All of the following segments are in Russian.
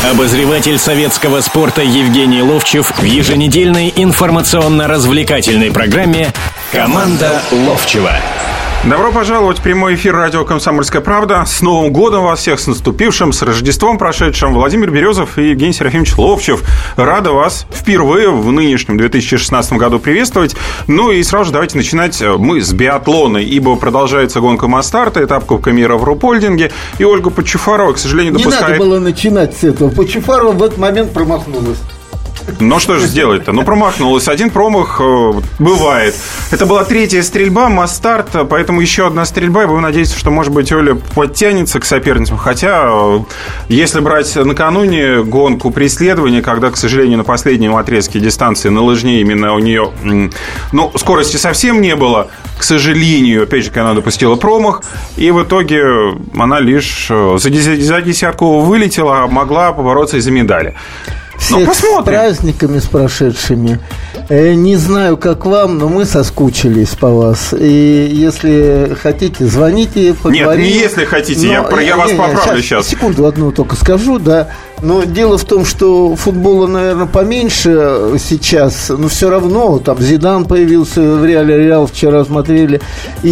Обозреватель советского спорта Евгений Ловчев в еженедельной информационно-развлекательной программе «Команда Ловчева». Добро пожаловать в прямой эфир радио «Комсомольская правда». С Новым годом вас всех, с наступившим, с Рождеством прошедшим. Владимир Березов и Евгений Серафимович Ловчев. Рада вас впервые в нынешнем 2016 году приветствовать. Ну и сразу же давайте начинать мы с биатлона, ибо продолжается гонка Мастарта, этап Кубка мира в Рупольдинге. И Ольга Подчуфарова, к сожалению, допускает... Не надо было начинать с этого. Подчуфарова в этот момент промахнулась. Ну, что же сделать-то? Ну, промахнулась. Один промах бывает. Это была третья стрельба, Масстарт, поэтому еще одна стрельба. И будем надеяться, что, может быть, Оля подтянется к соперницам. Хотя, если брать накануне гонку преследования, когда, к сожалению, на последнем отрезке дистанции на лыжне именно у нее, ну, скорости совсем не было, к сожалению, опять же, она допустила промах, и в итоге она лишь за десятку вылетела, а могла побороться и за медали. Всех с праздниками, с прошедшими. Не знаю, как вам, но мы соскучились по вас. И если хотите, звоните, поговорим. Нет, не если хотите, я вас поправлю сейчас. Секунду одну только скажу, да. Но дело в том, что футбола, наверное, поменьше сейчас, но все равно, там Зидан появился в Реале, Реал вчера смотрели,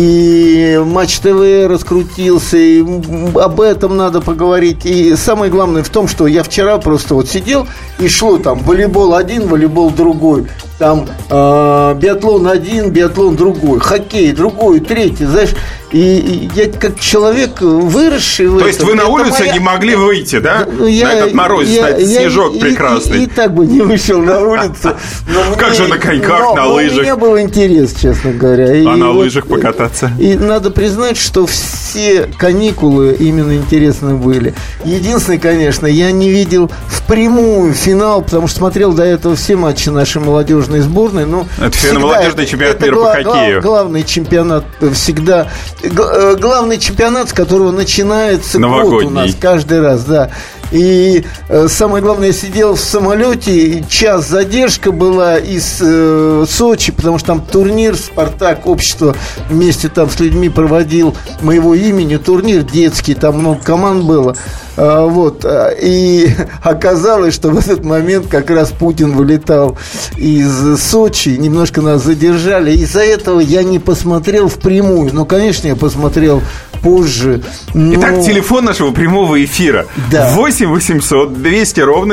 и Матч ТВ раскрутился, и об этом надо поговорить. И самое главное в том, что я вчера просто вот сидел, и шло там волейбол один, волейбол другой, там биатлон один, биатлон другой, хоккей другой, третий, знаешь. И я как человек, выросший в этом... То есть вы на улицу не могли выйти, да? На этот морозец, на этот снежок прекрасный. И так бы не вышел на улицу. Как же на коньках, на лыжах? У меня был интерес, честно говоря. А на лыжах покататься? И надо признать, что все каникулы именно интересны были. Единственное, конечно, я не видел впрямую финал, потому что смотрел до этого все матчи нашей молодежной сборной. Это молодежный чемпионат мира по хоккею. Главный чемпионат всегда... Главный чемпионат, с которого начинается год у нас каждый раз, да. И самое главное, я сидел в самолете, час задержка была из Сочи, потому что там турнир «Спартак», общество вместе там с людьми проводил моего имени турнир детский, там много команд было. Вот. И оказалось, что в этот момент как раз Путин вылетал из Сочи, немножко нас задержали. Из-за этого я не посмотрел впрямую. Но, конечно, я посмотрел позже. Но... Итак, телефон нашего прямого эфира. Да. 8 800 200 ровно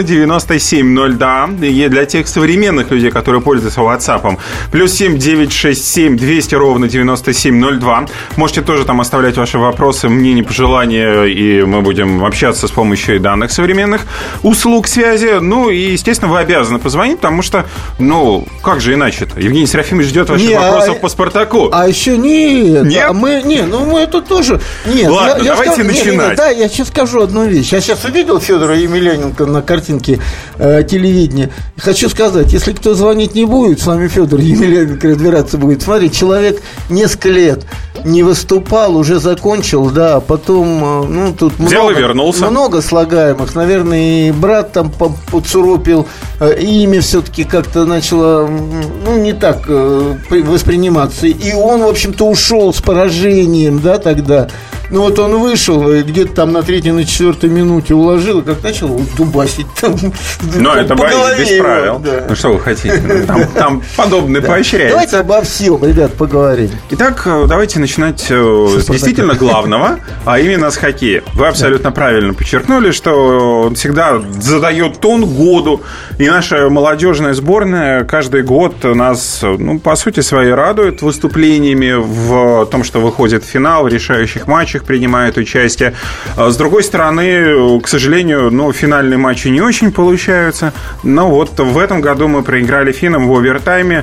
9702. И для тех современных людей, которые пользуются WhatsApp, плюс 7 967 200 ровно 9702. Можете тоже там оставлять ваши вопросы, мнения, пожелания, и мы будем общаться с помощью данных современных услуг связи. Ну, и, естественно, вы обязаны позвонить, потому что, как же иначе-то? Евгений Серафимович ждет ваших вопросов по «Спартаку». А еще нет. Нет? Мы это тоже... Нет, ладно, давайте начинать. Да, я сейчас скажу одну вещь. Я сейчас увидел Федора Емельяненко на картинке телевидения. Хочу сказать, если кто звонить не будет, с вами Федор Емельяненко разбираться будет. Смотри, человек несколько лет не выступал, уже закончил, да, потом, тут взял и вернулся. Много слагаемых. Наверное, и брат там подсуропил, имя все-таки как-то начало, не так восприниматься. И он, в общем-то, ушел с поражением, да, тогда. Вот он вышел, и где-то там на 3-й, на 4-й минуте уложил, и как начал дубасить там. Но это боится без правил. Да. Ну, что вы хотите? Там подобное поощряется. Давайте обо всем, ребят, поговорим. Итак, давайте начинать с действительно главного, а именно с хоккея. Вы абсолютно правильно подчеркнули, что он всегда задает тон году, и наша молодежная сборная каждый год нас, по сути своей, радует выступлениями в том, что выходит в финал, в решающих матчах принимает участие. С другой стороны, к сожалению, финальные матчи не очень получаются. Но вот в этом году мы проиграли финнам в овертайме.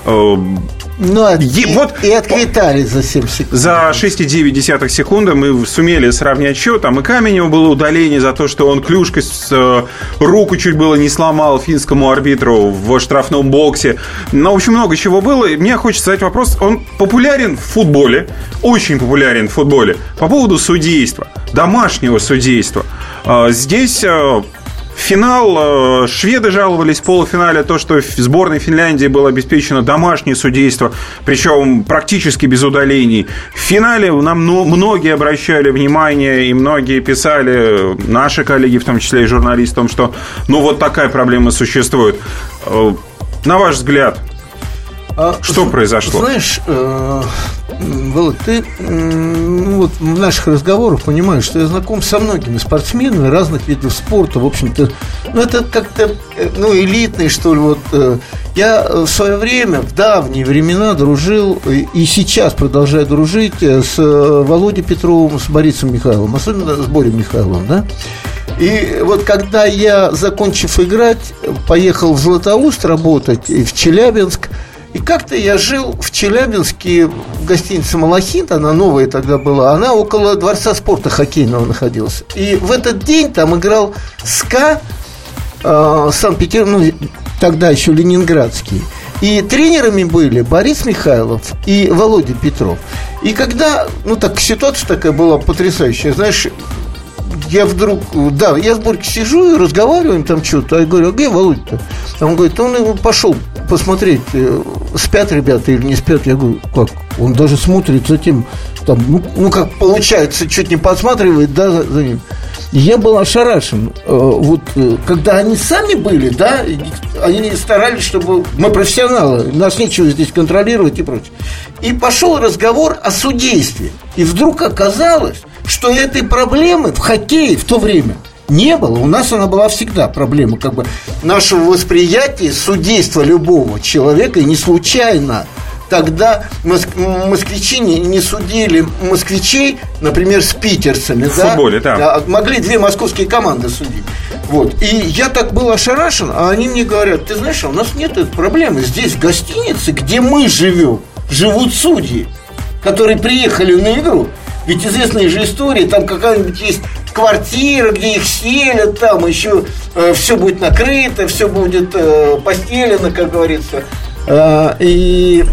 И отквитались за 7 секунд. За 6,9 секунды мы сумели сравнять счет. Там и Каменеву было удаление за то, что он клюшкой руку чуть было не сломал финскому арбитру в штрафном боксе. В общем, много чего было. И мне хочется задать вопрос. Он популярен в футболе, очень популярен в футболе. По поводу судейства, домашнего судейства. Здесь... Финал. Шведы жаловались в полуфинале то, что в сборной Финляндии было обеспечено домашнее судейство, причем практически без удалений. В финале нам многие обращали внимание, и многие писали, наши коллеги, в том числе и журналисты, о том, что вот такая проблема существует. На ваш взгляд, что произошло? Знаешь, Володь, ты в наших разговорах понимаешь, что я знаком со многими спортсменами разных видов спорта. В общем-то, это как-то элитный, что ли. Я в свое время, в давние времена, дружил и сейчас продолжаю дружить с Володей Петровым, с Борисом Михайловым, особенно с Борей Михайловым, да? И когда я, закончив играть, поехал в Златоуст работать и в Челябинск. И как-то я жил в Челябинске в гостинице «Малахит», она новая тогда была, она около Дворца спорта хоккейного находилась. И в этот день там играл СКА Санкт-Петербург, тогда еще ленинградский. И тренерами были Борис Михайлов и Володя Петров. И когда, ситуация такая была потрясающая, знаешь, я вдруг, я с Борькой сижу и разговариваем там что-то, я говорю, а где Володя-то? Он говорит, он пошел посмотреть, спят ребята или не спят. Я говорю, как? Он даже смотрит за тем, как получается, чуть не подсматривает, за ним. И я был ошарашен. Когда они сами были, они старались, чтобы мы профессионалы, нас нечего здесь контролировать и прочее. И пошел разговор о судействе. И вдруг оказалось, что этой проблемы в хоккее в то время не было. У нас она была всегда проблема нашего восприятия судейства любого человека. И не случайно тогда москвичи не судили москвичей, например, с питерцами. В футболе, да. Могли две московские команды судить. И я так был ошарашен, а они мне говорят, ты знаешь, у нас нет этой проблемы. Здесь в гостинице, где мы живем, живут судьи, которые приехали на игру. Ведь известные же истории, там какая-нибудь есть квартира, где их селят, там еще все будет накрыто, все будет постелено, как говорится. И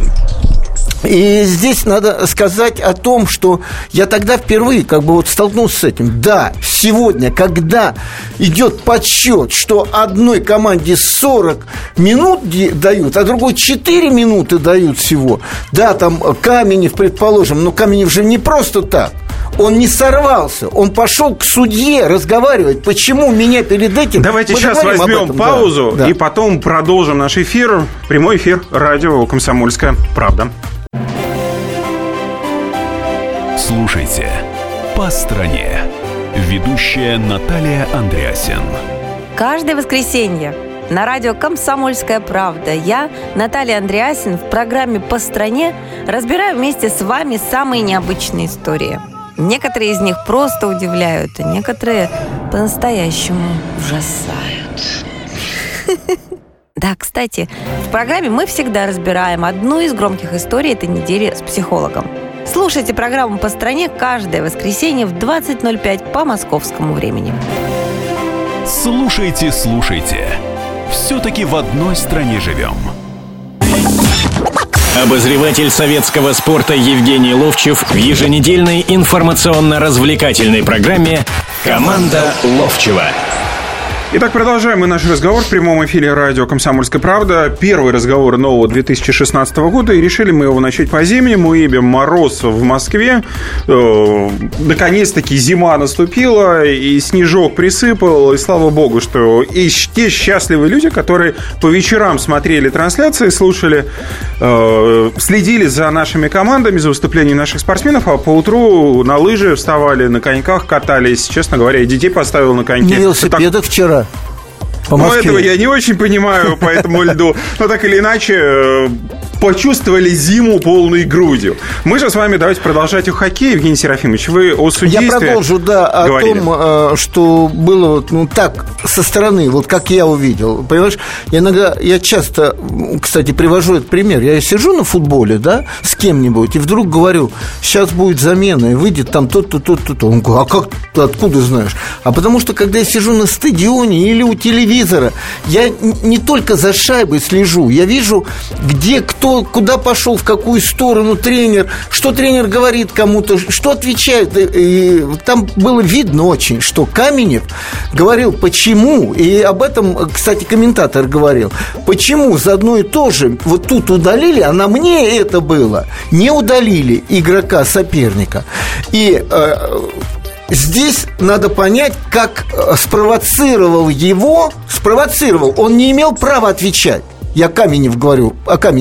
здесь надо сказать о том, что я тогда впервые столкнулся с этим. Да, сегодня, когда идет подсчет, что одной команде 40 минут дают, а другой 4 минуты дают всего. Да, там Каменев, предположим, но Каменев же не просто так. Он не сорвался, он пошел к судье разговаривать. Почему меня перед этим... Давайте сейчас возьмем паузу и потом продолжим наш эфир. Прямой эфир радио «Комсомольская правда». Слушайте «По стране». Ведущая Наталья Андреасен. Каждое воскресенье на радио «Комсомольская правда» я, Наталья Андреасен, в программе «По стране» разбираю вместе с вами самые необычные истории. Некоторые из них просто удивляют, а некоторые по-настоящему ужасают. Да, кстати, в программе мы всегда разбираем одну из громких историй этой недели с психологом. Слушайте программу «По стране» каждое воскресенье в 20:05 по московскому времени. Слушайте. Все-таки в одной стране живем. Обозреватель советского спорта Евгений Ловчев в еженедельной информационно-развлекательной программе «Команда Ловчева». Итак, продолжаем мы наш разговор в прямом эфире радио «Комсомольская правда». Первый разговор нового 2016 года. И решили мы его начать по-зимнему, ибо мороз в Москве. Наконец-таки зима наступила, и снежок присыпал. И слава богу, что и те счастливые люди, которые по вечерам смотрели трансляции, слушали, следили за нашими командами, за выступлением наших спортсменов, а поутру на лыжи вставали, на коньках катались. Честно говоря, и детей поставил на коньки. На велосипедах вчера. Этого я не очень понимаю по этому льду. Но так или иначе, почувствовали зиму полной грудью. Мы же с вами давайте продолжать о хоккее. Евгений Серафимович, вы о судействе Я продолжу, говорили. О том, что было так со стороны, как я увидел. Понимаешь, я часто, кстати, привожу этот пример. Я сижу на футболе, с кем-нибудь, и вдруг говорю, сейчас будет замена, и выйдет там тот-то, тот-то. Он говорит, а как ты откуда знаешь? А потому что, когда я сижу на стадионе или у телевизора, я не только за шайбой слежу, я вижу, где кто кто куда пошел, в какую сторону тренер, что тренер говорит кому-то, что отвечает. И там было видно очень, что Каменев говорил, почему, и об этом, кстати, комментатор говорил, почему за одно и то же вот тут удалили, а на мне это было, не удалили игрока соперника. И здесь надо понять, как спровоцировал, он не имел права отвечать. Я о Каменеве говорю.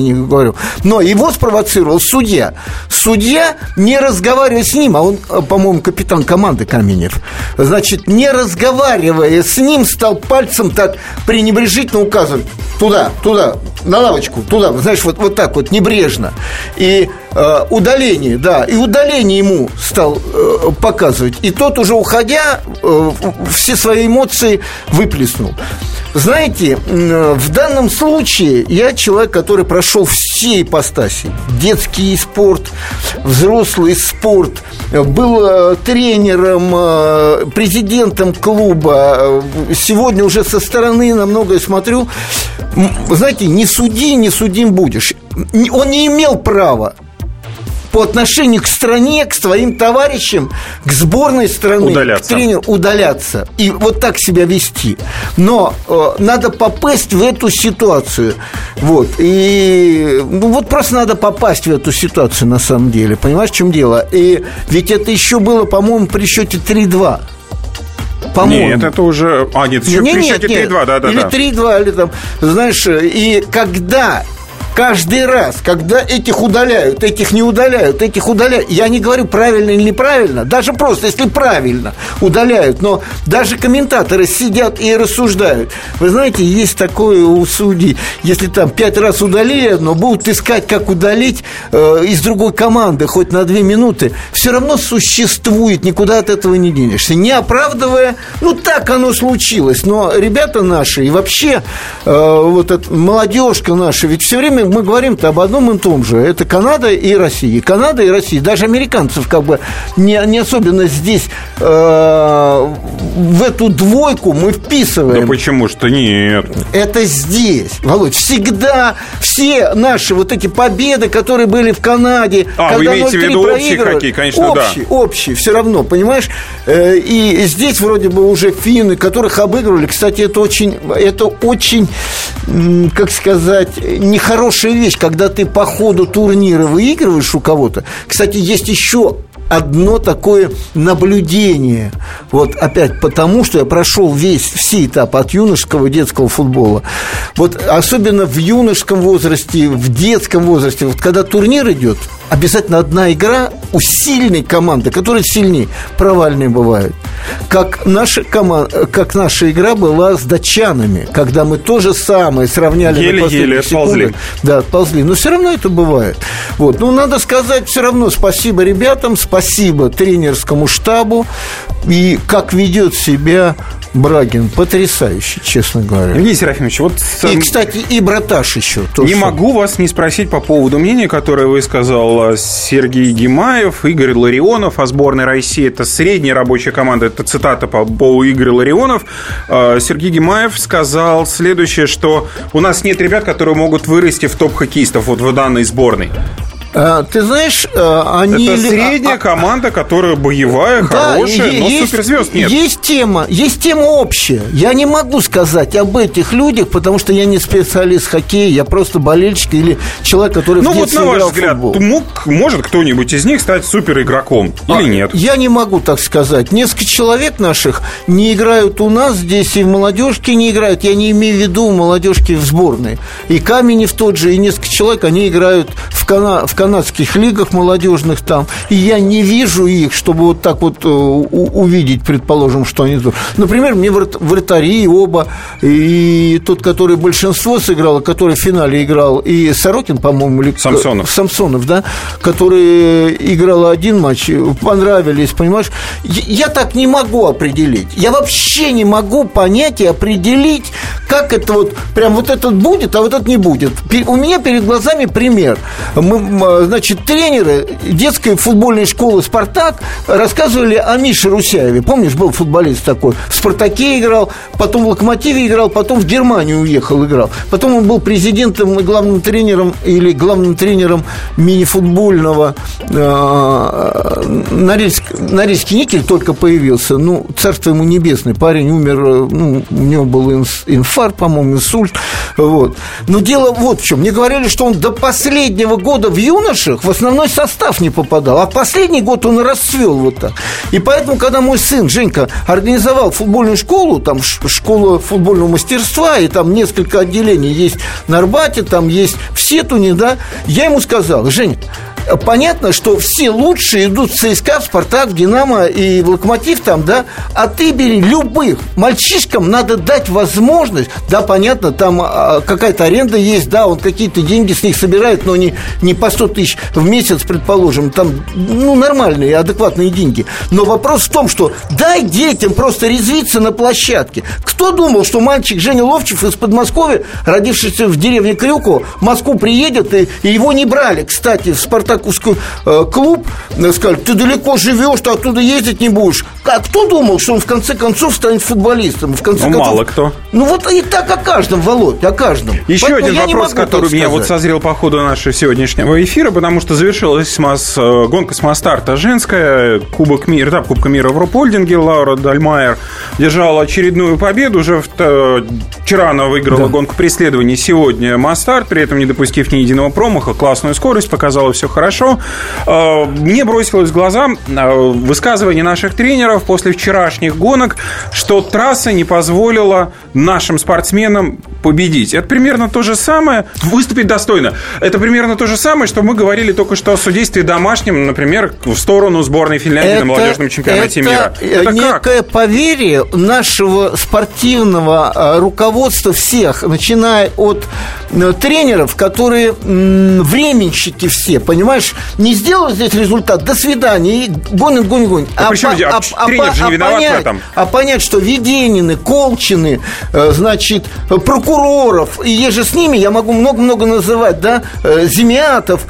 Но его спровоцировал судья. Судья, не разговаривая с ним, а он, по-моему, капитан команды Каменев, значит, не разговаривая с ним, стал пальцем так пренебрежительно указывать: туда, на лавочку, туда, знаешь, вот так вот, небрежно. И удаление ему стал показывать. И тот, уже уходя, все свои эмоции выплеснул. Знаете, в данном случае я человек, который прошел все ипостаси. Детский спорт, взрослый спорт, был тренером, президентом клуба. Сегодня уже со стороны на многое смотрю. Знаете, не суди, не судим будешь. Он не имел права по отношению к стране, к своим товарищам, к сборной страны, к тренеру удаляться и вот так себя вести. Но надо попасть в эту ситуацию. Вот. И вот просто надо попасть в эту ситуацию на самом деле. Понимаешь, в чем дело? И ведь это еще было, по-моему, при счете 3-2. По-моему. Нет, это уже... нет, еще при счете 3-2, да. Или 3-2, или там, знаешь, и когда... Каждый раз, когда этих удаляют, этих не удаляют, этих удаляют, я не говорю, правильно или неправильно, даже просто, если правильно удаляют, но даже комментаторы сидят и рассуждают. Вы знаете, есть такое у судей, если там 5 раз удалили, но будут искать, как удалить из другой команды хоть на 2 минуты, все равно существует, никуда от этого не денешься. Не оправдывая, так оно случилось, но ребята наши и вообще вот эта молодежка наша, ведь все время мы говорим-то об одном и том же. Это Канада и Россия. Канада и Россия. Даже американцев как бы не особенно здесь в эту двойку мы вписываем. Да почему что нет? Это здесь, Володь. Всегда все наши вот эти победы, которые были в Канаде, вы имеете в виду общий хоккей, конечно, общий, все равно, понимаешь? И здесь вроде бы уже финны, которых обыгрывали. Кстати, это очень, как сказать, нехорошая вещь, когда ты по ходу турнира выигрываешь у кого-то. Кстати, есть еще одно такое наблюдение. Вот опять потому, что я прошел все этапы от юношеского детского футбола. Вот особенно в юношеском возрасте, в детском возрасте, вот когда турнир идет, обязательно одна игра у сильной команды, которая сильнее, провальные бывают. Как наша игра была с датчанами, когда мы то же самое сравняли. Еле-еле отползли. Да, отползли. Но все равно это бывает. Вот. Надо сказать все равно спасибо ребятам, спасибо тренерскому штабу. И как ведет себя Брагин, потрясающе, честно говоря. Евгений Серафимович, и, кстати, и Браташ еще. Могу вас не спросить по поводу мнения, которое высказал Сергей Гимаев, Игорь Ларионов о сборной России. Это средняя рабочая команда, это цитата по Игорю Ларионов. Сергей Гимаев сказал следующее, что у нас нет ребят, которые могут вырасти в топ-хоккеистов в данной сборной. Ты знаешь, они... Это средняя команда, которая боевая, хорошая, но суперзвезд нет. Есть тема общая. Я не могу сказать об этих людях, потому что я не специалист хоккея, я просто болельщик или человек, который в детстве играл в футбол. На ваш взгляд, может кто-нибудь из них стать суперигроком или нет? Я не могу так сказать. Несколько человек наших не играют у нас здесь, и в молодежке не играют. Я не имею в виду в молодежке в сборной. И Каменев тот же, и несколько человек, они играют в канадских лигах молодежных там, и я не вижу их, чтобы вот так вот увидеть, предположим, что они... Например, мне вратари оба, и тот, который большинство сыграл, который в финале играл, и Сорокин, по-моему, или... Самсонов, да, который играл один матч, понравились, понимаешь? Я так не могу определить. Я вообще не могу понять и определить, как это вот, прям вот этот будет, а вот этот не будет. У меня перед глазами пример. Значит, тренеры детской футбольной школы «Спартак» рассказывали о Мише Русяеве. Помнишь, был футболист такой? В «Спартаке» играл, потом в «Локомотиве» играл, потом в Германию уехал, играл. Потом он был президентом и главным тренером мини-футбольного Норильский никель только появился. Ну, царство ему небесное. Парень умер, у него был инфаркт, по-моему, инсульт. Вот. Но дело вот в чем. Мне говорили, что он до последнего года в юношах в основной состав не попадал. А в последний год он и расцвел вот так. И поэтому, когда мой сын Женька организовал футбольную школу, там школа футбольного мастерства, и там несколько отделений есть на Арбате, там есть в Сетуне, да, я ему сказал: Жень, понятно, что все лучшие идут в ЦСКА, в «Спартак», в «Динамо» и в «Локомотив» там, да, а ты бери любых. Мальчишкам надо дать возможность, да, понятно, там какая-то аренда есть, да, он какие-то деньги с них собирает, но не по 100 тысяч в месяц, предположим, там, нормальные, адекватные деньги. Но вопрос в том, что дай детям просто резвиться на площадке. Кто думал, что мальчик Женя Ловчев из Подмосковья, родившийся в деревне Крюково, в Москву приедет, и его не брали, кстати, в «Спартаковский» клуб, сказали: ты далеко живешь, ты оттуда ездить не будешь. А кто думал, что он в конце концов станет футболистом? В конце концов, мало кто. Вот и так о каждом, Володь, о каждом. Еще поэтому один вопрос, который у меня вот созрел по ходу нашего сегодняшнего эфира, потому что завершилась гонка с Мастарта женская, этап Кубка мира в Рупольдинге. Лаура Дальмайер держала очередную победу. Уже вчера она выиграла гонку преследований, сегодня Мастарт, при этом не допустив ни единого промаха, классную скорость, показала все хорошо. Мне бросилось в глаза высказывание наших тренеров после вчерашних гонок, что трасса не позволила нашим спортсменам победить. Это примерно то же самое, выступить достойно. Это примерно то же самое, что мы говорили только что о судействе домашнем, например, в сторону сборной Финляндии на молодежном чемпионате мира. Это некое поверье нашего спортивного руководства всех, начиная от тренеров, которые временщики все, понимаешь, не сделали здесь результат, до свидания, и гонят. Тренер же не виноват в этом. А понять, что Веденины, Колчины, значит, прокуроров, и еже с ними я могу много-много называть, да, Земятов,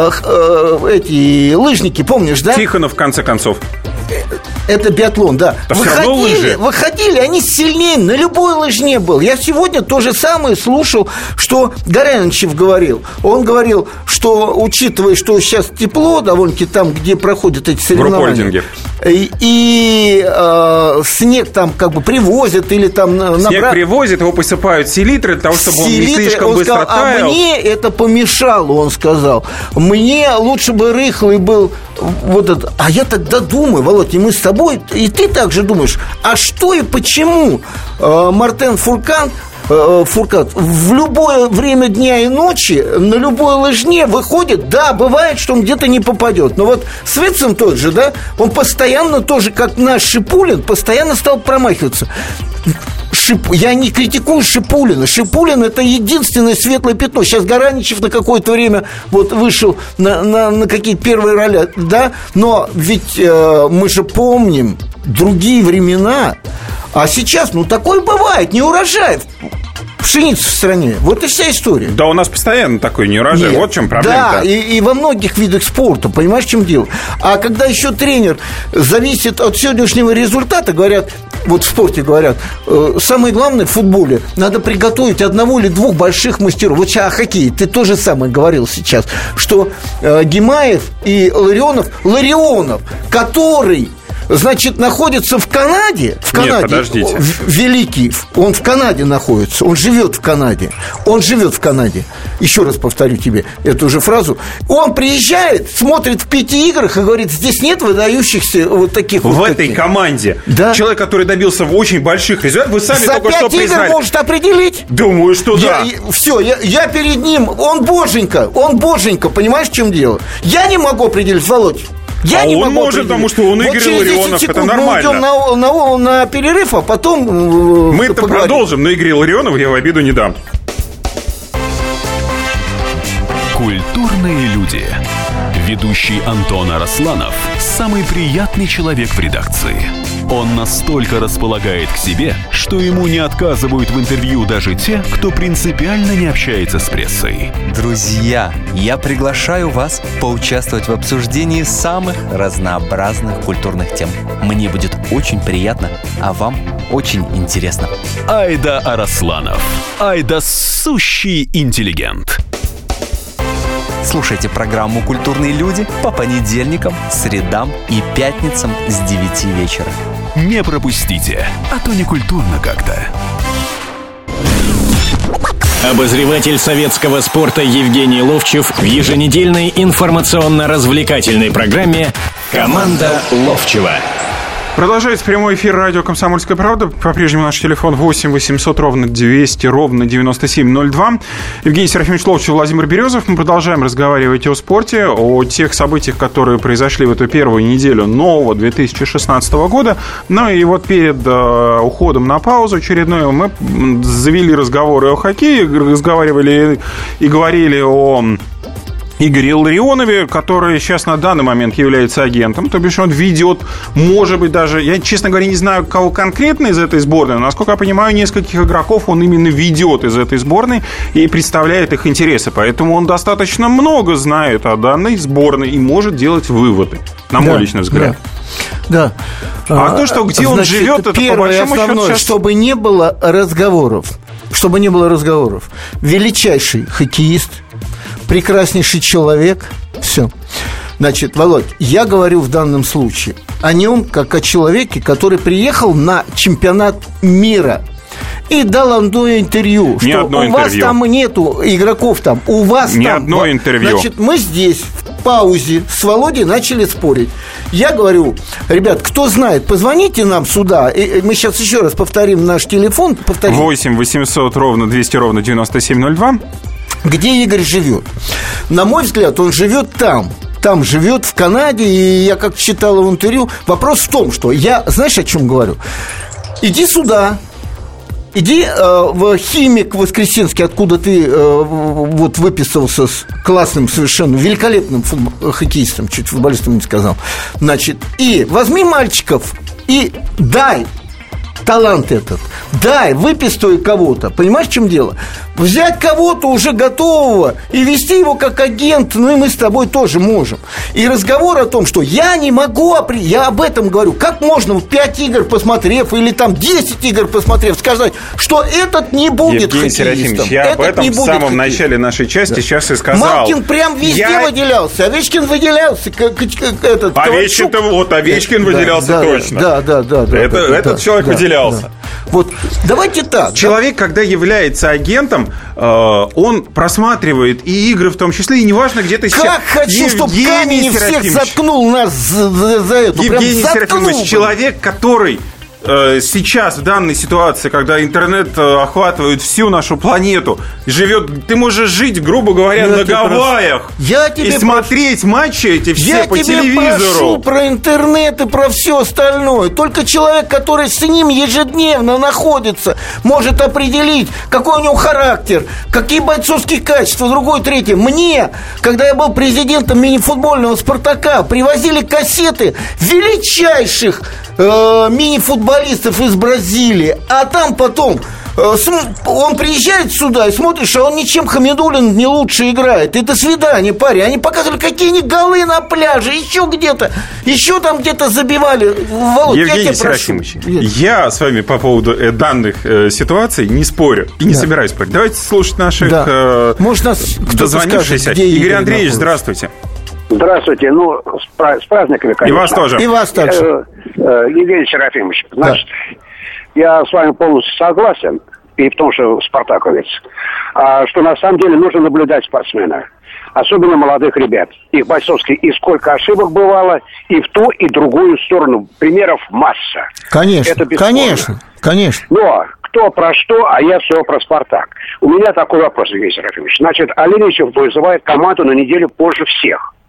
эти лыжники, помнишь, да? Тихонов, в конце концов. Это биатлон, да. Выходили, они сильнее, на любой лыжне был. Я сегодня то же самое слушал, что Горяничев говорил. Он говорил, что, учитывая, что сейчас тепло довольно-таки там, где проходят эти соревнования, и снег там как бы привозят или там... Снег привозят, его посыпают селитрой для того, чтобы он не слишком быстро таял. А мне это помешало, он сказал. Мне лучше бы рыхлый был вот это. А я тогда думаю, Володь, и мы с тобой, и ты также думаешь, а что и почему Мартен Фуркат в любое время дня и ночи на любой лыжне выходит, да, бывает, что он где-то не попадет. Но вот Свицин тот же, да, он постоянно тоже, как наш Шипулин, постоянно стал промахиваться. Я не критикую Шипулина. Шипулин – это единственное светлое пятно. Сейчас Гораничев на какое-то время вот вышел на какие-то первые роли, да? Но ведь мы же помним другие времена. А сейчас, такое бывает, не урожай пшеницы в стране. Вот и вся история. Да, у нас постоянно такой неурожай. Вот в чем проблема-то. Да, и во многих видах спорта. Понимаешь, в чем дело? А когда еще тренер зависит от сегодняшнего результата, говорят, вот в спорте говорят, самое главное в футболе, надо приготовить одного или двух больших мастеров. Вот сейчас о хоккее ты то же самое говорил сейчас, что Гимаев и Ларионов, который... Значит, находится в Канаде. Нет, подождите. Великий. Он в Канаде находится. Он живет в Канаде. Еще раз повторю тебе эту же фразу. Он приезжает, смотрит в 5 играх и говорит, здесь нет выдающихся вот таких в этой команде. Да. Человек, который добился очень больших результатов, вы сами за только что признали. За 5 игр может определить? Думаю, что да. Все, я перед ним. Он боженька. Понимаешь, в чем дело? Я не могу определить, Володь. Он может, потому что он Игорь Ларионов, это нормально. Мы уйдем на перерыв, а потом мы это продолжим, но Игоря Ларионова я в обиду не дам. Культурные люди. Ведущий Антон Арасланов – самый приятный человек в редакции. Он настолько располагает к себе, что ему не отказывают в интервью даже те, кто принципиально не общается с прессой. Друзья, я приглашаю вас поучаствовать в обсуждении самых разнообразных культурных тем. Мне будет очень приятно, а вам очень интересно. Айда Арасланов. Айда сущий интеллигент. Слушайте программу «Культурные люди» по понедельникам, средам и пятницам с 9 вечера. Не пропустите, а то не культурно как-то. Обозреватель советского спорта Евгений Ловчев в еженедельной информационно-развлекательной программе «Команда Ловчева». Продолжается прямой эфир радио «Комсомольская правда». По-прежнему наш телефон 8 800 ровно 200 ровно 9702. Евгений Серафимович Ловчев, Владимир Березов. Мы продолжаем разговаривать о спорте, о тех событиях, которые произошли в эту первую неделю нового 2016 года. Ну и вот перед уходом на паузу очередную мы завели разговоры о хоккее, разговаривали и говорили о Игоре Илларионове, который сейчас на данный момент является агентом, то бишь он ведет, может быть, даже, я, честно говоря, не знаю, кого конкретно из этой сборной, но, насколько я понимаю, нескольких игроков он именно ведет из этой сборной и представляет их интересы, поэтому он достаточно много знает о данной сборной и может делать выводы, на мой личный взгляд. Да. А то, что где он живет, это по большому счету сейчас... чтобы не было разговоров, величайший хоккеист, прекраснейший человек. Все. Значит, Володь, я говорю в данном случае о нем как о человеке, который приехал на чемпионат мира и дал одно интервью, что у вас там нету игроков там, у вас ни там... одно интервью. Значит, мы здесь в паузе с Володей начали спорить. Я говорю, ребят, кто знает, позвоните нам сюда. И мы сейчас еще раз повторим наш телефон. 8 800 ровно 200 ровно 9702. Где Игорь живет? На мой взгляд, он живет там. Там живет, в Канаде. И я как читал его интервью. Вопрос в том, что я, знаешь, о чем говорю? Иди сюда. Иди в Химик Воскресенский, откуда ты вот выписался с классным, совершенно великолепным хоккеистом, чуть футболистом не сказал. Значит, и возьми мальчиков и дай талант этот. Дай, выписывай кого-то. Понимаешь, в чем дело? Взять кого-то уже готового и вести его как агент, ну и мы с тобой тоже можем. И разговор о том, что я не могу, я об этом говорю. Как можно 5 игр посмотрев или там 10 игр посмотрев сказать, что этот не будет Евгений хоккеистом? Серафимович, я об этом в самом начале нашей части сейчас и сказал. Малкин прям везде выделялся. Овечкин выделялся. Овечкин-то вот, Овечкин выделялся точно. Да. Этот человек выделялся. Да. Вот, давайте так. Человек, когда является агентом, он просматривает и игры в том числе, и неважно, где ты сейчас. Как хочу, чтобы камень всех заткнул нас за эту. Евгений Серафимович, человек, который сейчас в данной ситуации, когда интернет охватывает всю нашу планету, живет, ты можешь жить, грубо говоря, на Гавайях и смотреть матчи эти все по телевизору. Я тебе прошу про интернет и про все остальное. Только человек, который с ним ежедневно находится, может определить, какой у него характер, какие бойцовские качества, другое, третье. Мне, когда я был президентом мини-футбольного «Спартака», привозили кассеты величайших мини-футболистов из Бразилии, а там потом он приезжает сюда и смотришь, а он ничем Хамидуллин не лучше играет. И до свидания, парень. Они показывали, какие они голы на пляже, еще где-то, еще там где-то забивали. Володь, Евгений Серафимович, я с вами по поводу данных ситуаций не спорю и не собираюсь спорить. Давайте слушать наших дозвонившихся. Игорь Андреевич, здравствуйте. Здравствуйте. Ну, с праздниками, конечно. И вас тоже. И вас также. Евгений Серафимович, значит, я с вами полностью согласен, и в том, что спартаковец, что на самом деле нужно наблюдать спортсмена, особенно молодых ребят, их бойцовских, и сколько ошибок бывало, и в ту, и другую сторону. Примеров масса. Конечно, это бесспорно. Конечно. Но кто про что, а я все про «Спартак». У меня такой вопрос, Евгений Серафимович. Значит, Алиничев вызывает команду на неделю позже всех.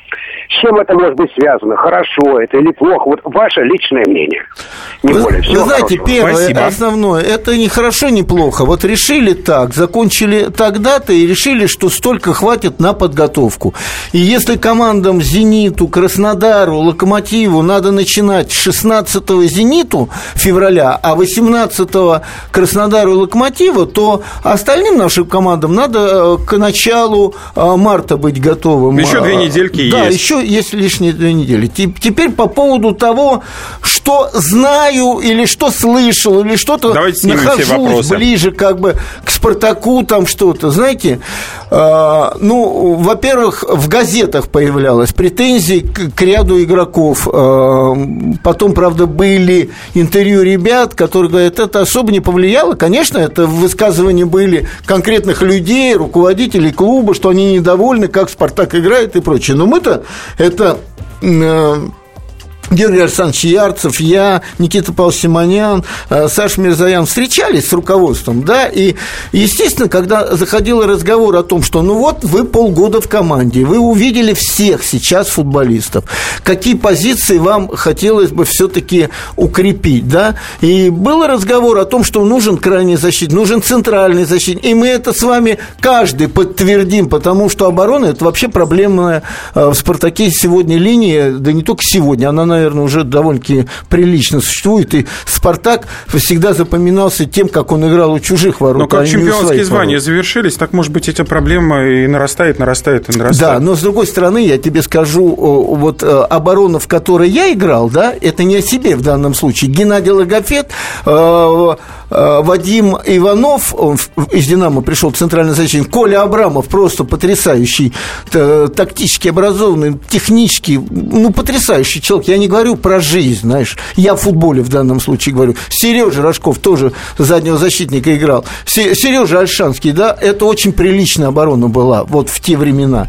С чем это может быть связано? Хорошо это или плохо? Вот ваше личное мнение. Не более. Всего вы знаете, хорошего. первое, Спасибо. основное, это не хорошо, не плохо. Вот решили так, закончили тогда-то и решили, что столько хватит на подготовку. И если командам «Зениту», «Краснодару», «Локомотиву» надо начинать с 16-го «Зениту» февраля, а 18-го «Краснодару» и «Локомотиву», то остальным нашим командам надо к началу марта быть готовым. Еще 2 недельки есть. Да, еще есть лишние 2 недели. Теперь по поводу того, что знаю или что слышал, или что-то нахожусь ближе как бы к «Спартаку», там что-то, знаете, во-первых, в газетах появлялось претензии к ряду игроков. Потом, правда, были интервью ребят, которые говорят, это особо не повлияло. Конечно, это высказывания были конкретных людей, руководителей клуба, что они недовольны, как «Спартак» играет и прочее. Но мы-то это... Георгий Александрович Ярцев, я, Никита Павлович Симонян, Саша Мирзоян встречались с руководством, да, и, естественно, когда заходил разговор о том, что, вы полгода в команде, вы увидели всех сейчас футболистов, какие позиции вам хотелось бы все-таки укрепить, да, и был разговор о том, что нужен крайний защитник, нужен центральный защитник, и мы это с вами каждый подтвердим, потому что оборона – это вообще проблемная в «Спартаке» сегодня линия, да не только сегодня, она, наверное, уже довольно-таки прилично существует, и «Спартак» всегда запоминался тем, как он играл у чужих ворот. Но как чемпионские звания завершились, так, может быть, эта проблема и нарастает. Да, но, с другой стороны, я тебе скажу, вот оборона, в которой я играл, да, это не о себе в данном случае. Геннадий Логофет, Вадим Иванов, он из «Динамо» пришел центральный защитник, Коля Абрамов, просто потрясающий, тактически образованный, технически, потрясающий человек. Я не говорю про жизнь, знаешь, я в футболе в данном случае говорю. Сережа Рожков тоже заднего защитника играл. Сережа Ольшанский, да, это очень приличная оборона была вот в те времена.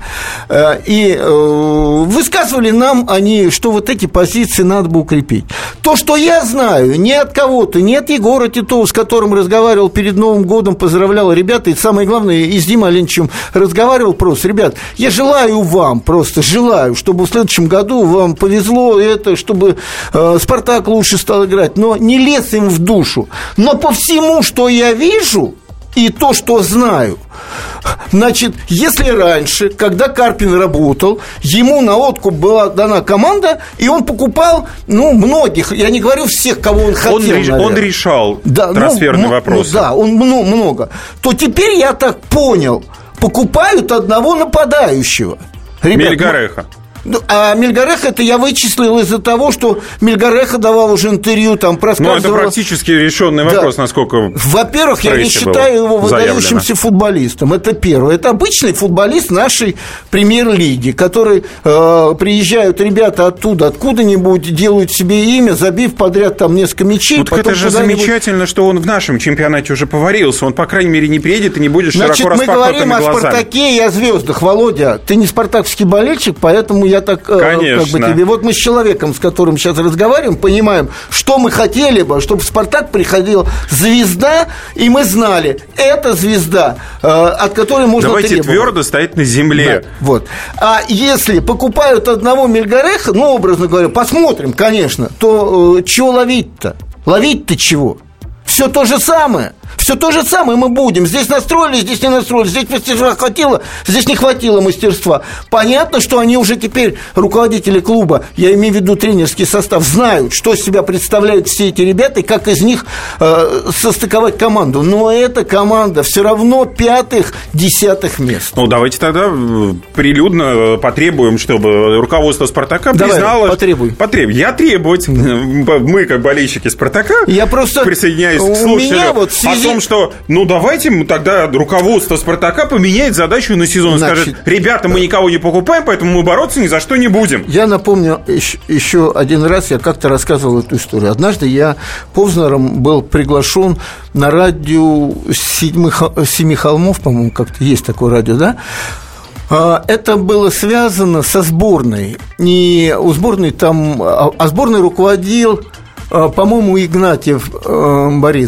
И высказывали нам они, что вот эти позиции надо бы укрепить. То, что я знаю, не от кого-то, не от Егора Титова, с которым разговаривал перед Новым годом, поздравлял ребята, и самое главное, и с Димой Оленичем разговаривал просто. Ребят, я желаю вам, просто желаю, чтобы в следующем году вам повезло, это, чтобы «Спартак» лучше стал играть, но не лез им в душу. Но по всему, что я вижу, и то, что знаю, значит, если раньше, когда Карпин работал, ему на откуп была дана команда, и он покупал, многих, я не говорю всех, кого он хотел. Он решал трансферный вопрос. Он много. То теперь я так понял, покупают одного нападающего. Ребят, Мельгареха. А Мельгареха это я вычислил из-за того, что Мельгареха давал уже интервью, там просказывал. Это практически решенный вопрос, насколько. Во-первых, я не считаю его выдающимся футболистом. Это первое. Это обычный футболист нашей премьер-лиги, который приезжают ребята оттуда, откуда-нибудь, делают себе имя, забив подряд там несколько мячей. Так это же замечательно, что он в нашем чемпионате уже поварился. Он, по крайней мере, не приедет и не будет широко распахнутыми глазами. Значит, мы говорим о «Спартаке» и о звездах. Володя, ты не спартаковский болельщик, поэтому я так тебе. Вот мы с человеком, с которым сейчас разговариваем, понимаем, что мы хотели бы, чтобы в «Спартак» приходила звезда, и мы знали, это звезда, от которой можно требовать. Давайте твердо стоять на земле. Да, вот. А если покупают одного Мельгареха, образно говоря, посмотрим, конечно, то чего ловить-то? Ловить-то чего? Все то же самое. Все то же самое мы будем. Здесь настроили, здесь не настроили. Здесь мастерства хватило, здесь не хватило мастерства. Понятно, что они уже теперь, руководители клуба, я имею в виду тренерский состав, знают, что из себя представляют все эти ребята и как из них состыковать команду. Но эта команда все равно 5-10 мест. Давайте тогда прилюдно потребуем, чтобы руководство «Спартака» признало... Потребуй. Я требовать. Мы, как болельщики «Спартака», присоединяюсь к слушателю о том, что, давайте тогда руководство «Спартака» поменяет задачу на сезон. Скажет, ребята, мы никого не покупаем, поэтому мы бороться ни за что не будем. Я напомню еще один раз, я как-то рассказывал эту историю. Однажды я Повзнером был приглашен на радио «Семи холмов», по-моему, как-то есть такое радио, да? Это было связано со сборной. Не у сборной там... А сборной руководил, по-моему, Игнатьев Борис.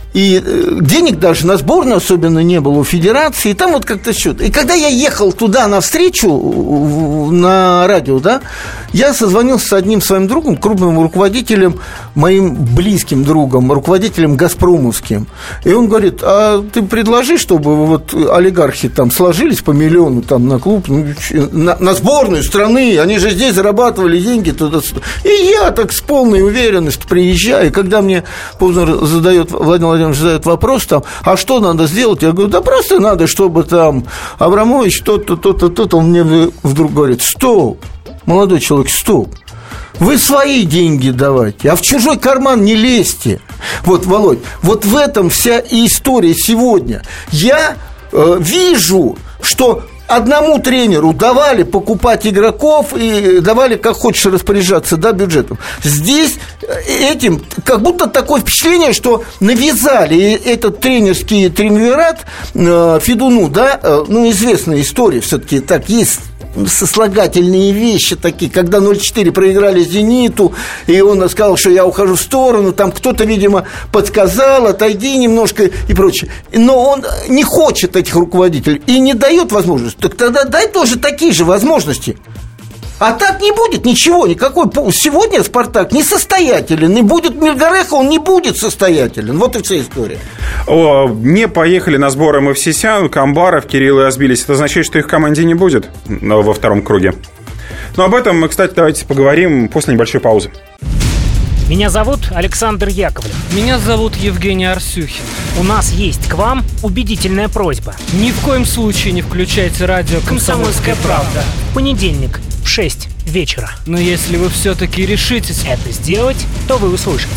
И денег даже на сборную особенно не было у федерации. И там вот как-то счет. И когда я ехал туда навстречу на радио, да, я созвонился с одним своим другом, крупным руководителем, моим близким другом, руководителем «Газпромовским». И он говорит: а ты предложи, чтобы вот олигархи там сложились по миллиону там на клуб, на сборную страны, они же здесь зарабатывали деньги туда-сюда. И я так с полной уверенностью приезжаю, и когда мне Повзнер задает, Владимир Владимирович задает вопрос там: а что надо сделать? Я говорю: да просто надо, чтобы там Абрамович то-то. Он мне вдруг говорит: стоп, молодой человек, стоп. Вы свои деньги давайте, а в чужой карман не лезьте. Вот, Володь, вот в этом вся и история сегодня. Я вижу, что одному тренеру давали покупать игроков и давали как хочешь распоряжаться, да, бюджетом. Здесь этим как будто такое впечатление, что навязали этот тренерский триумвират Федуну, да, ну, известная история все-таки, так, есть сослагательные вещи такие, когда 0-4 проиграли «Зениту», и он сказал, что я ухожу в сторону, там кто-то, видимо, подсказал, отойди немножко и прочее. Но он не хочет этих руководителей и не дает возможности. Так тогда дай тоже такие же возможности. А так не будет ничего, никакой. Сегодня «Спартак» несостоятелен, и будет Мельгареха, он не будет состоятелен. Вот и вся история. Не поехали на сборы Мовсисян, Камбаров, Кирилл и Азбилис. Это означает, что их в команде не будет во втором круге. Но об этом мы, кстати, давайте поговорим после небольшой паузы. Меня зовут Александр Яковлев. Меня зовут Евгений Арсюхин. У нас есть к вам убедительная просьба. Ни в коем случае не включайте радио «Комсомольская правда». В понедельник в 6 вечера. Но если вы все-таки решитесь это сделать, то вы услышите.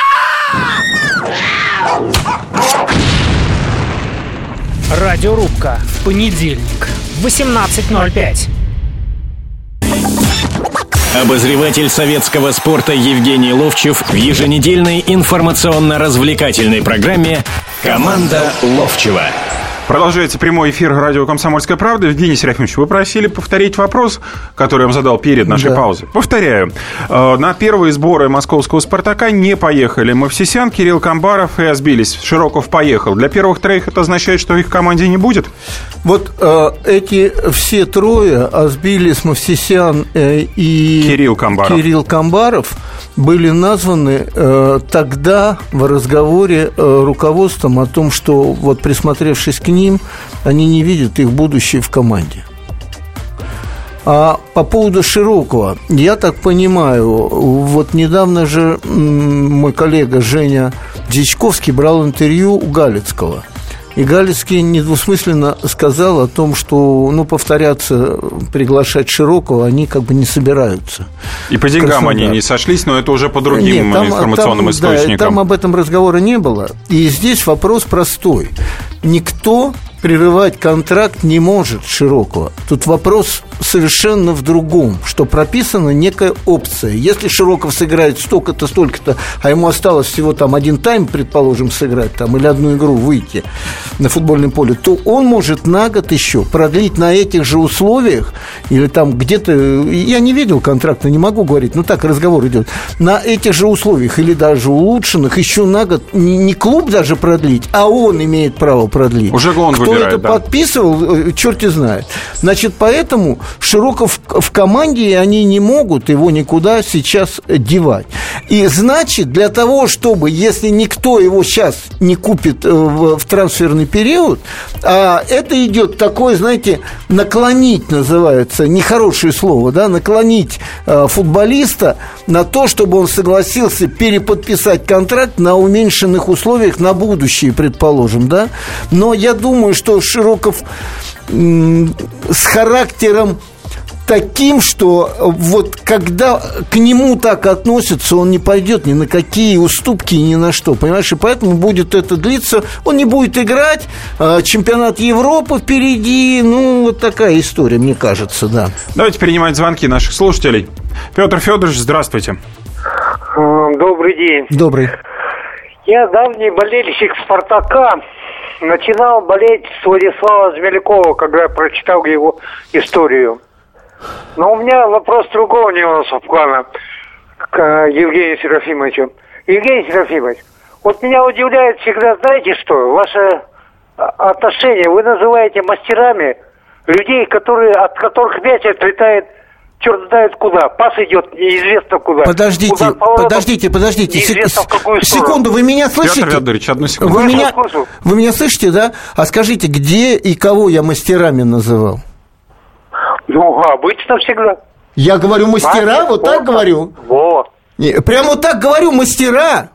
Радиорубка. В понедельник. 18:05. Обозреватель советского спорта Евгений Ловчев в еженедельной информационно-развлекательной программе «Команда Ловчева». Продолжается прямой эфир радио «Комсомольская правда». Евгений Серафимович, вы просили повторить вопрос, который я вам задал перед нашей паузой. Повторяю. На первые сборы московского «Спартака» не поехали Мовсисян, Кирилл Камбаров и Азбилис. Широков поехал. Для первых троих это означает, что их в команде не будет? Вот эти все трое, Азбилис, Мовсисян и Кирилл Камбаров, были названы тогда в разговоре руководством о том, что, вот присмотревшись к ним, они не видят их будущее в команде. А по поводу Широкова, я так понимаю, вот недавно же мой коллега Женя Дьячковский брал интервью у Галицкого. И Галицкий недвусмысленно сказал о том, что, повторяться, приглашать Широкого они как бы не собираются. И по деньгам они не сошлись, но это уже по другим информационным источникам. Да, там об этом разговора не было. И здесь вопрос простой. Никто прерывать контракт не может Широкого. Тут вопрос совершенно в другом, что прописана некая опция. Если Широков сыграет столько-то, столько-то, а ему осталось всего там один тайм, предположим, сыграть там, или одну игру выйти на футбольное поле, то он может на год еще продлить на этих же условиях, или там где-то, я не видел контракта, не могу говорить, но так разговор идет, на этих же условиях или даже улучшенных еще на год не клуб даже продлить, а он имеет право продлить. Уже он Кто выбирает, это подписывал, черти знает. Значит, поэтому Широков в команде, и они не могут его никуда сейчас девать. И значит, для того, чтобы, если никто его сейчас не купит в трансферный период, а это идет такое, знаете, наклонить называется, нехорошее слово, да, наклонить футболиста на то, чтобы он согласился переподписать контракт на уменьшенных условиях на будущее, предположим, да. Но я думаю, что Широков с характером таким, что вот когда к нему так относятся, он не пойдет ни на какие уступки, ни на что, понимаешь, и поэтому будет это длиться, он не будет играть, чемпионат Европы впереди, вот такая история, мне кажется, да. Давайте принимать звонки наших слушателей. Петр Федорович, здравствуйте. Добрый день. Добрый. Я давний болельщик «Спартака». Начинал болеть с Владислава Змелякова, когда я прочитал его историю. Но у меня вопрос другого нюанса плана к Евгению Серафимовичу. Евгений Серафимович, Вот меня удивляет всегда, знаете что, ваше отношение. Вы называете мастерами людей, от которых мяч отлетает черт знает куда. Пас идет неизвестно куда. Подождите. Секунду, вы меня слышите? Петр Федорович, одну секунду. Вы меня слышите, да? А скажите, где и кого я мастерами называл? Ну, обычно всегда. Я говорю мастера, вот так говорю. Вот. Прямо вот так говорю, мастера.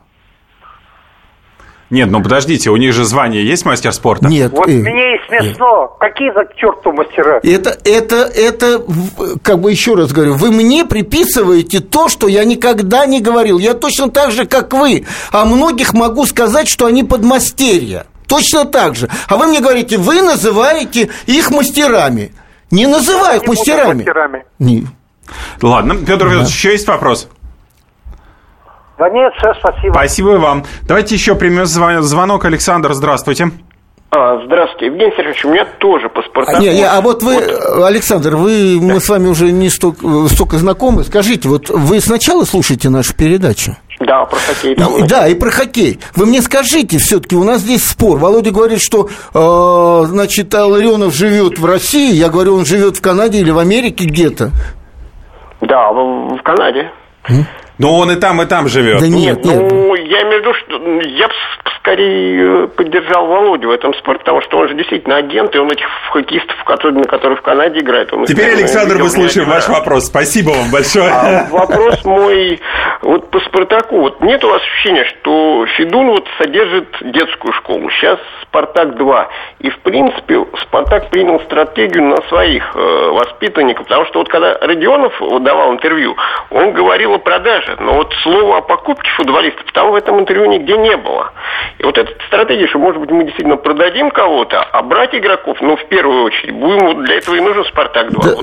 Нет, ну подождите, у них же звание есть мастер спорта? Нет. Вот мне и смешно. Какие за к черту мастера? Это, как бы еще раз говорю, вы мне приписываете то, что я никогда не говорил. Я точно так же, как вы. О многих могу сказать, что они подмастерья. Точно так же. А вы мне говорите, вы называете их мастерами. Не называю их мастерами. Не. Ладно, Петр Федорович, еще есть вопрос? Да нет, все, спасибо. Спасибо вам. Давайте еще примем звонок. Александр, здравствуйте. Здравствуйте, Евгений Сергеевич, у меня тоже паспорта. А вот вы, Александр, мы с вами уже не столько знакомы. Скажите, вот вы сначала слушаете нашу передачу? Да, про хоккей. Да, и про хоккей. Вы мне скажите, все-таки у нас здесь спор. Володя говорит, что, значит, Ларионов живет в России. Я говорю, он живет в Канаде или в Америке где-то. Да, в Канаде. Но он и там живет. Да нет. Я имею в виду, что я бы скорее поддержал Володю в этом спорте, потому что он же действительно агент, и он этих хоккеистов, которые в Канаде играют. Теперь, Александр, мы слушаем ваш вопрос. Спасибо вам большое. Вопрос мой вот по «Спартаку». Вот нет у вас ощущения, что Федун вот содержит детскую школу, сейчас «Спартак-2», и, в принципе, «Спартак» принял стратегию на своих воспитанников, потому что вот когда Родионов давал интервью, он говорил о продаже, но вот слова о покупке футболистов там в этом интервью нигде не было. И вот эта стратегия, что, может быть, мы действительно продадим кого-то, а брать игроков, ну, в первую очередь, будем, вот для этого и нужен «Спартак-2». Да, вот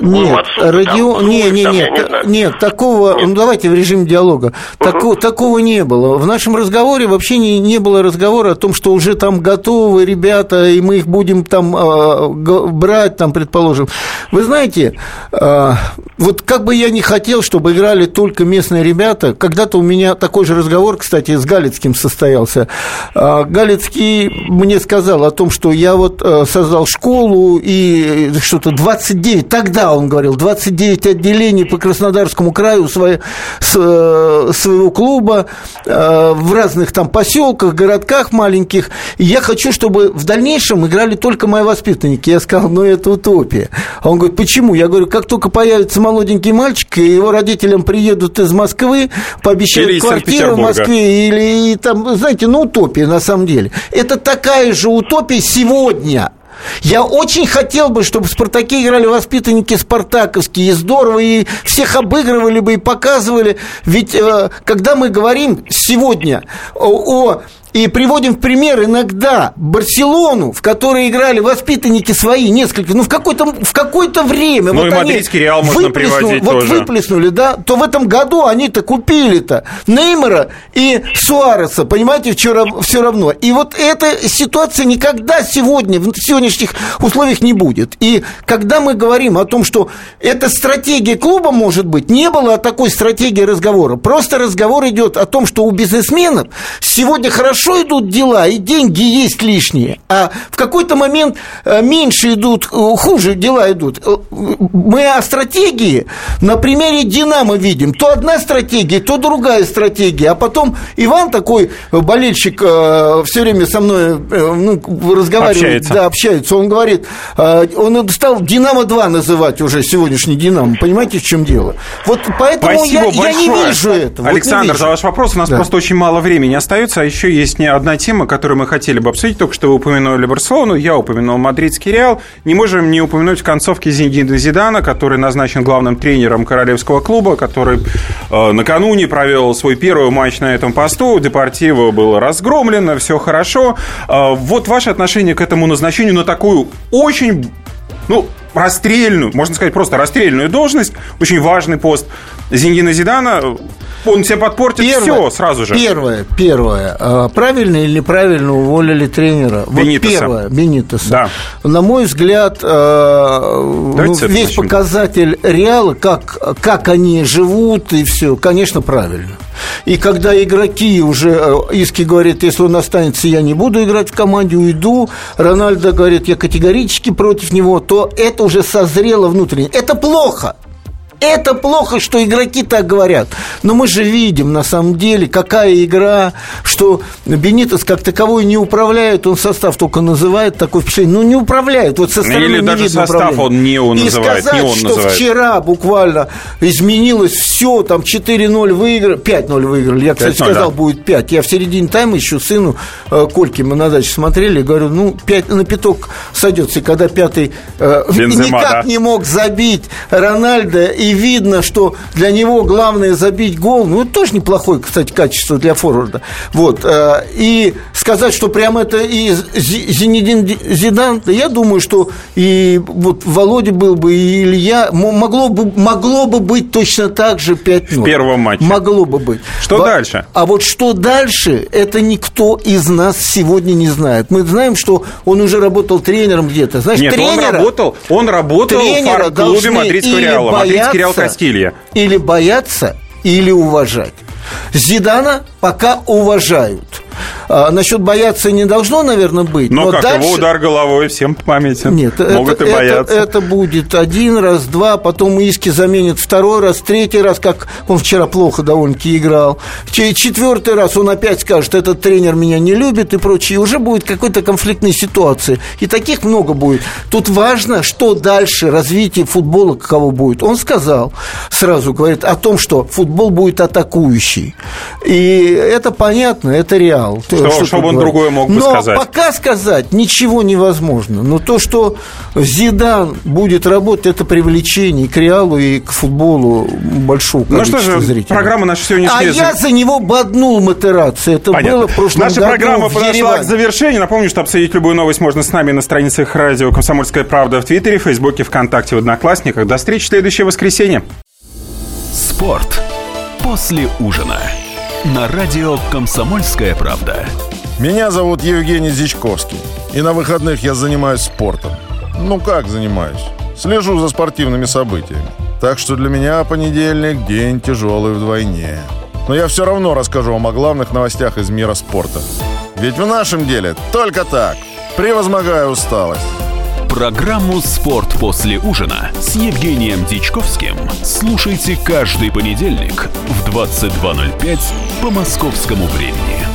нет, такого, нет. Ну, давайте в режиме диалога. Такого не было. В нашем разговоре вообще не было разговора о том, что уже там готовы ребята, и мы их будем там брать, там, предположим. Вы знаете, вот как бы я ни хотел, чтобы играли только местные ребята, когда-то у меня такой же разговор, кстати, с Галицким состоялся. Галицкий мне сказал о том, что я вот создал школу, и что-то 29, тогда он говорил, 29 отделений по Краснодарскому краю своего клуба в разных там поселках, городках маленьких. И я хочу, чтобы в дальнейшем играли только мои воспитанники. Я сказал, ну это утопия. А он говорит, почему? Я говорю, как только появится молоденький мальчик, и его родителям приедут из Москвы, пообещают квартиру в Москве, или там, знаете, ну утопия на самом деле. Это такая же утопия сегодня. Я очень хотел бы, чтобы в «Спартаке» играли воспитанники спартаковские, и здорово, и всех обыгрывали бы, и показывали. Ведь когда мы говорим сегодня и приводим в пример иногда Барселону, в которой играли воспитанники свои, несколько, в какое-то время. Ну, вот и мадридский «Реал» можно приводить вот тоже. Выплеснули, да, то в этом году они-то купили-то Неймара и Суареса, понимаете, все равно. И вот эта ситуация никогда сегодня, в сегодняшних условиях не будет. И когда мы говорим о том, что это стратегия клуба, может быть, не было такой стратегии разговора. Просто разговор идет о том, что у бизнесменов сегодня хорошо идут дела, и деньги есть лишние, а в какой-то момент меньше идут, хуже дела идут. Мы о стратегии на примере «Динамо» видим. То одна стратегия, то другая стратегия. А потом Иван, такой болельщик, все время со мной разговаривает, общается. Он говорит, он стал «Динамо-2» называть уже сегодняшний «Динамо». Понимаете, в чем дело? Вот поэтому я не вижу этого. Александр, за ваш вопрос. У нас просто очень мало времени остается, а еще есть не одна тема, которую мы хотели бы обсудить. Только что вы упомянули Барселону, я упомянул мадридский «Реал». Не можем не упомянуть в концовке Зинедина Зидана, который назначен главным тренером королевского клуба, который накануне провел свой первый матч на этом посту. Депортиво было разгромлено, все хорошо. Вот ваше отношение к этому назначению на такую очень, расстрельную, можно сказать, просто расстрельную должность, очень важный пост. Зинедина Зидана, он тебя подпортит все сразу же. Первое. Правильно или неправильно уволили тренера? Бенитеса. Да. На мой взгляд, весь показатель Реала, как они живут и все, конечно, правильно. И когда игроки уже, Иски говорит, если он останется, я не буду играть в команде, уйду. Рональдо говорит, я категорически против него, то это уже созрело внутренне. Это плохо. Это плохо, что игроки так говорят. Но мы же видим, на самом деле, какая игра, что Бенитес как таковой не управляет, он состав только называет, такое впечатление. Ну, не управляет. Вот со стороны или не даже видно состав управления. он не он называет, сказать, не он что называет. Вчера буквально изменилось все, там 4-0 выиграли, 5-0 выиграли. Я, кстати, сказал, будет 5. Я в середине тайма еще сыну Кольке, мы на даче смотрели, говорю, 5 на пяток сойдется. И когда пятый никак не мог забить Рональдо, и видно, что для него главное забить гол. Ну, это тоже неплохое, кстати, качество для форварда. Вот. И сказать, что прямо это и Зинедин Зидан, я думаю, что и вот Володя был бы, и Илья, могло бы быть точно так же 5-0. В первом матче. Могло бы быть. Что дальше? А вот что дальше, это никто из нас сегодня не знает. Мы знаем, что он уже работал тренером где-то. Значит, нет, он работал в фарм-клубе Мадридского Реала. Мадридский Реал Кастилья. Или бояться, или уважать. Зидана пока уважают. Насчет бояться не должно, наверное, быть. Но как дальше... его удар головой всем памятен. Нет, могут и бояться. Это будет один раз, два, потом Иски заменит второй раз, третий раз, как он вчера плохо довольно-таки играл. Четвертый раз он опять скажет, этот тренер меня не любит и прочее. И уже будет какой-то конфликтной ситуации. И таких много будет. Тут важно, что дальше развитие футбола каково будет. Он сказал, сразу говорит о том, что футбол будет атакующий. И это понятно, это реально. Чтобы он другое мог бы сказать. Но пока сказать ничего невозможно. Но то, что Зидан будет работать, это привлечение и к Реалу, и к футболу большого количества зрителей. Ну что же, программа наша сегодняшняя... А я за него боднул Матерацци. Это было в прошлом году. Наша программа подошла к завершению. Напомню, что обсудить любую новость можно с нами на страницах радио «Комсомольская правда» в Твиттере, Фейсбуке, ВКонтакте, в Одноклассниках. До встречи в следующее воскресенье. Спорт после ужина. На радио «Комсомольская правда». Меня зовут Евгений Зичковский. И на выходных я занимаюсь спортом. Ну как занимаюсь? Слежу за спортивными событиями. Так что для меня понедельник – день тяжелый вдвойне. Но я все равно расскажу вам о главных новостях из мира спорта. Ведь в нашем деле только так. Превозмогая усталость. Программу «Спорт после ужина» с Евгением Дичковским слушайте каждый понедельник в 22:05 по московскому времени.